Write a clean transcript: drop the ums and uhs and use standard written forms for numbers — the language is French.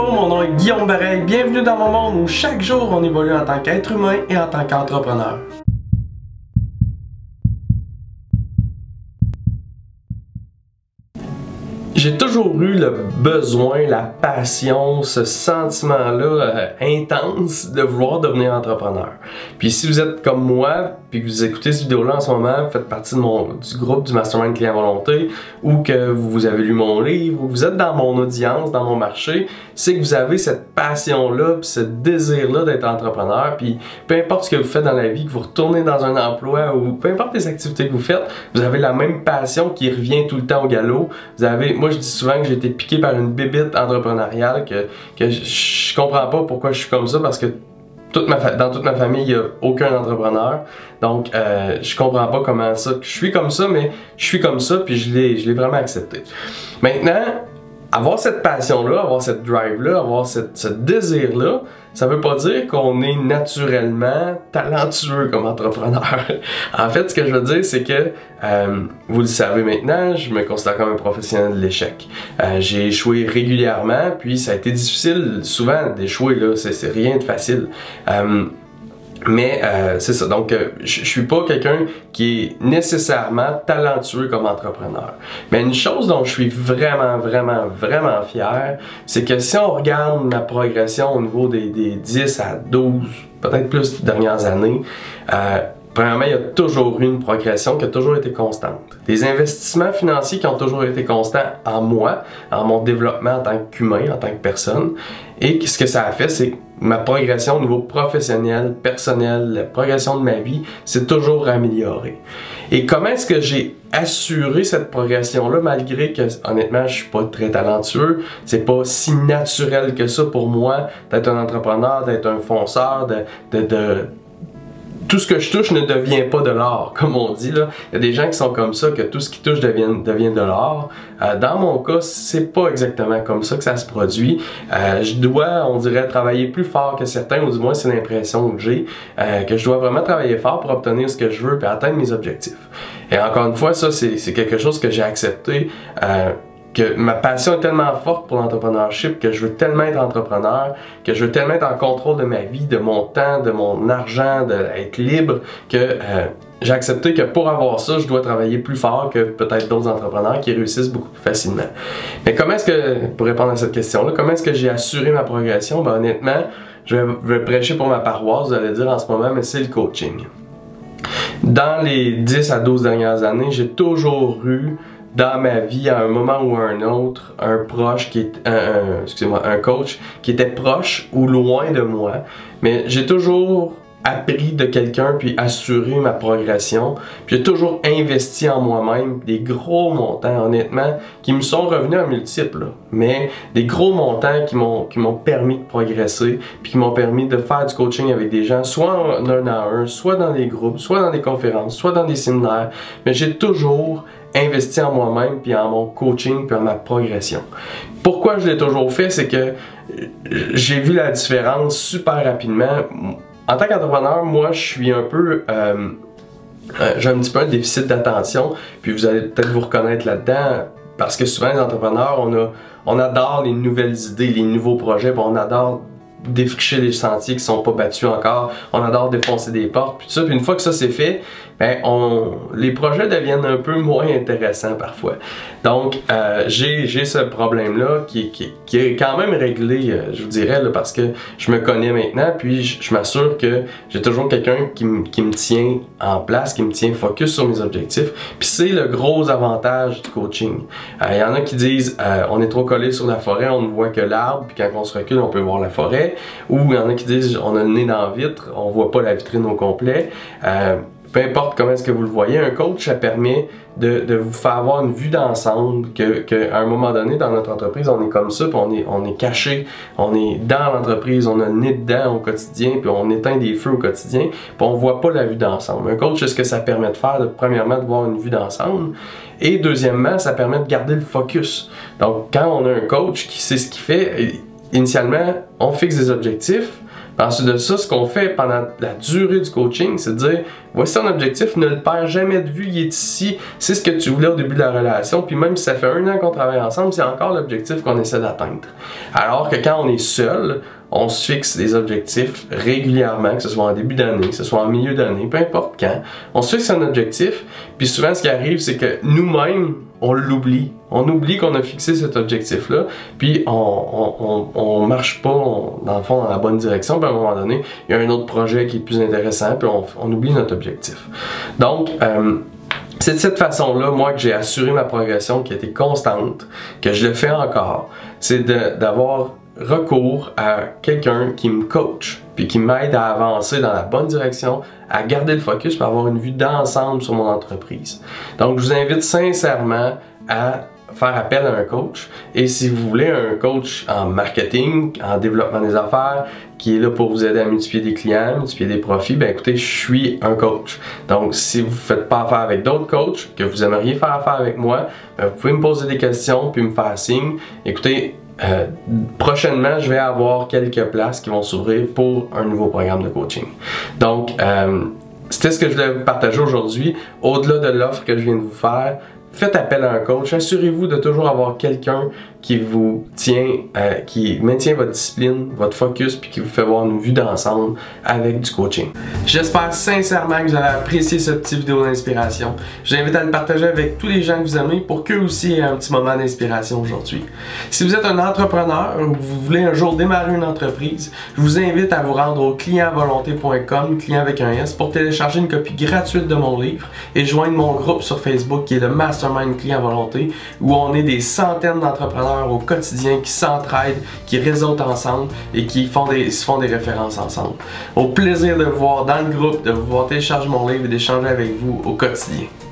Allô, mon nom est Guillaume Bareil, bienvenue dans mon monde où chaque jour on évolue en tant qu'être humain et en tant qu'entrepreneur. J'ai toujours eu le besoin, la passion, ce sentiment-là intense de vouloir devenir entrepreneur. Puis si vous êtes comme moi, puis que vous écoutez cette vidéo-là en ce moment, vous faites partie du groupe du Mastermind Client Volonté, ou que vous avez lu mon livre, ou que vous êtes dans mon audience, dans mon marché, c'est que vous avez cette passion-là, puis ce désir-là d'être entrepreneur, puis peu importe ce que vous faites dans la vie, que vous retournez dans un emploi, ou peu importe les activités que vous faites, vous avez la même passion qui revient tout le temps au galop. Moi je dis souvent que j'ai été piqué par une bébite entrepreneuriale, que je comprends pas pourquoi je suis comme ça, parce que dans toute ma famille, il n'y a aucun entrepreneur. Donc, je comprends pas comment ça. Je suis comme ça, mais je suis comme ça, puis je l'ai vraiment accepté. Maintenant, avoir cette passion-là, avoir cette drive-là, avoir ce désir-là, ça veut pas dire qu'on est naturellement talentueux comme entrepreneur. En fait, ce que je veux dire, c'est que, vous le savez maintenant, je me considère comme un professionnel de l'échec. J'ai échoué régulièrement, puis ça a été difficile souvent d'échouer, là, c'est rien de facile. Mais c'est ça, donc je suis pas quelqu'un qui est nécessairement talentueux comme entrepreneur. Mais une chose dont je suis vraiment fier, c'est que si on regarde ma progression au niveau des 10 à 12, peut-être plus dernières années, premièrement, il y a toujours eu une progression qui a toujours été constante. Des investissements financiers qui ont toujours été constants en moi, en mon développement en tant qu'humain, en tant que personne. Et ce que ça a fait, c'est que ma progression au niveau professionnel, personnel, la progression de ma vie, s'est toujours améliorée. Et comment est-ce que j'ai assuré cette progression-là, malgré que, honnêtement, je suis pas très talentueux, c'est pas si naturel que ça pour moi d'être un entrepreneur, d'être un fonceur, tout ce que je touche ne devient pas de l'or, comme on dit là. Il y a des gens qui sont comme ça, que tout ce qu'ils touchent devient de l'or. Dans mon cas, c'est pas exactement comme ça que ça se produit. Je dois, on dirait, travailler plus fort que certains, ou du moins c'est l'impression que j'ai, que je dois vraiment travailler fort pour obtenir ce que je veux et atteindre mes objectifs. Et encore une fois, ça c'est quelque chose que j'ai accepté. Que ma passion est tellement forte pour l'entrepreneurship, que je veux tellement être entrepreneur, que je veux tellement être en contrôle de ma vie, de mon temps, de mon argent, d'être libre, que j'ai accepté que pour avoir ça, je dois travailler plus fort que peut-être d'autres entrepreneurs qui réussissent beaucoup plus facilement. Mais comment est-ce que, pour répondre à cette question-là, comment est-ce que j'ai assuré ma progression? Ben, honnêtement, je vais prêcher pour ma paroisse, vous allez dire en ce moment, mais c'est le coaching. Dans les 10 à 12 dernières années, j'ai toujours eu dans ma vie, à un moment ou à un autre, un coach qui était proche ou loin de moi, mais j'ai toujours appris de quelqu'un puis assuré ma progression, puis j'ai toujours investi en moi-même des gros montants, honnêtement, qui me sont revenus en multiples, mais des gros montants qui m'ont permis de progresser, puis qui m'ont permis de faire du coaching avec des gens, soit en un à un, soit dans des groupes, soit dans des conférences, soit dans des séminaires, mais j'ai toujours investi en moi-même, puis en mon coaching, puis en ma progression. Pourquoi je l'ai toujours fait, c'est que j'ai vu la différence super rapidement. En tant qu'entrepreneur, moi, je suis un peu... j'ai un petit peu un déficit d'attention, puis vous allez peut-être vous reconnaître là-dedans, parce que souvent, les entrepreneurs, on adore les nouvelles idées, les nouveaux projets, puis on adore défricher les sentiers qui sont pas battus encore, on adore défoncer des portes, puis tout ça, puis une fois que ça c'est fait, ben les projets deviennent un peu moins intéressants parfois. Donc j'ai ce problème-là qui est quand même réglé, je vous dirais, là, parce que je me connais maintenant, puis je m'assure que j'ai toujours quelqu'un qui me tient en place, qui me tient focus sur mes objectifs, puis c'est le gros avantage du coaching. Il y en a qui disent on est trop collé sur la forêt, on ne voit que l'arbre, puis quand on se recule, on peut voir la forêt, ou il y en a qui disent on a le nez dans la vitre, on voit pas la vitrine au complet. Peu importe comment est-ce que vous le voyez, un coach, ça permet de vous faire avoir une vue d'ensemble, qu'à un moment donné, dans notre entreprise, on est comme ça, puis on est caché, on est dans l'entreprise, on a le nez dedans au quotidien, puis on éteint des feux au quotidien, puis on voit pas la vue d'ensemble. Un coach, c'est ce que ça permet de faire, premièrement, de voir une vue d'ensemble, et deuxièmement, ça permet de garder le focus. Donc, quand on a un coach qui sait ce qu'il fait, initialement, on fixe des objectifs, Ensuite de ça, ce qu'on fait pendant la durée du coaching, c'est de dire, voici ton objectif, ne le perds jamais de vue, il est ici, c'est ce que tu voulais au début de la relation, puis même si ça fait 1 an qu'on travaille ensemble, c'est encore l'objectif qu'on essaie d'atteindre. Alors que quand on est seul, on se fixe des objectifs régulièrement, que ce soit en début d'année, que ce soit en milieu d'année, peu importe quand. On se fixe un objectif, puis souvent ce qui arrive, c'est que nous-mêmes, on l'oublie. On oublie qu'on a fixé cet objectif-là, puis on marche pas, dans le fond, dans la bonne direction, puis à un moment donné, il y a un autre projet qui est plus intéressant, puis on oublie notre objectif. Donc, c'est de cette façon-là, moi, que j'ai assuré ma progression qui a été constante, que je le fais encore, c'est d'avoir recours à quelqu'un qui me coach, puis qui m'aide à avancer dans la bonne direction, à garder le focus, pour avoir une vue d'ensemble sur mon entreprise. Donc, je vous invite sincèrement à faire appel à un coach. Et si vous voulez un coach en marketing, en développement des affaires, qui est là pour vous aider à multiplier des clients, multiplier des profits, ben écoutez, je suis un coach. Donc, si vous ne faites pas affaire avec d'autres coachs, que vous aimeriez faire affaire avec moi, ben, vous pouvez me poser des questions, puis me faire signe. Écoutez, prochainement, je vais avoir quelques places qui vont s'ouvrir pour un nouveau programme de coaching. Donc, c'était ce que je voulais vous partager aujourd'hui. Au-delà de l'offre que je viens de vous faire, faites appel à un coach. Assurez-vous de toujours avoir quelqu'un qui vous tient, qui maintient votre discipline, votre focus, puis qui vous fait voir une vue d'ensemble avec du coaching. J'espère sincèrement que vous avez apprécié cette petite vidéo d'inspiration. Je vous invite à le partager avec tous les gens que vous aimez pour qu'eux aussi aient un petit moment d'inspiration aujourd'hui. Si vous êtes un entrepreneur ou que vous voulez un jour démarrer une entreprise, je vous invite à vous rendre au clientvolonté.com, client avec un S, pour télécharger une copie gratuite de mon livre et joindre mon groupe sur Facebook qui est le Mastermind Client Volonté, où on est des centaines d'entrepreneurs au quotidien qui s'entraident, qui réseautent ensemble et qui se font des références ensemble. Au plaisir de vous voir dans le groupe, de vous voir télécharger mon livre et d'échanger avec vous au quotidien.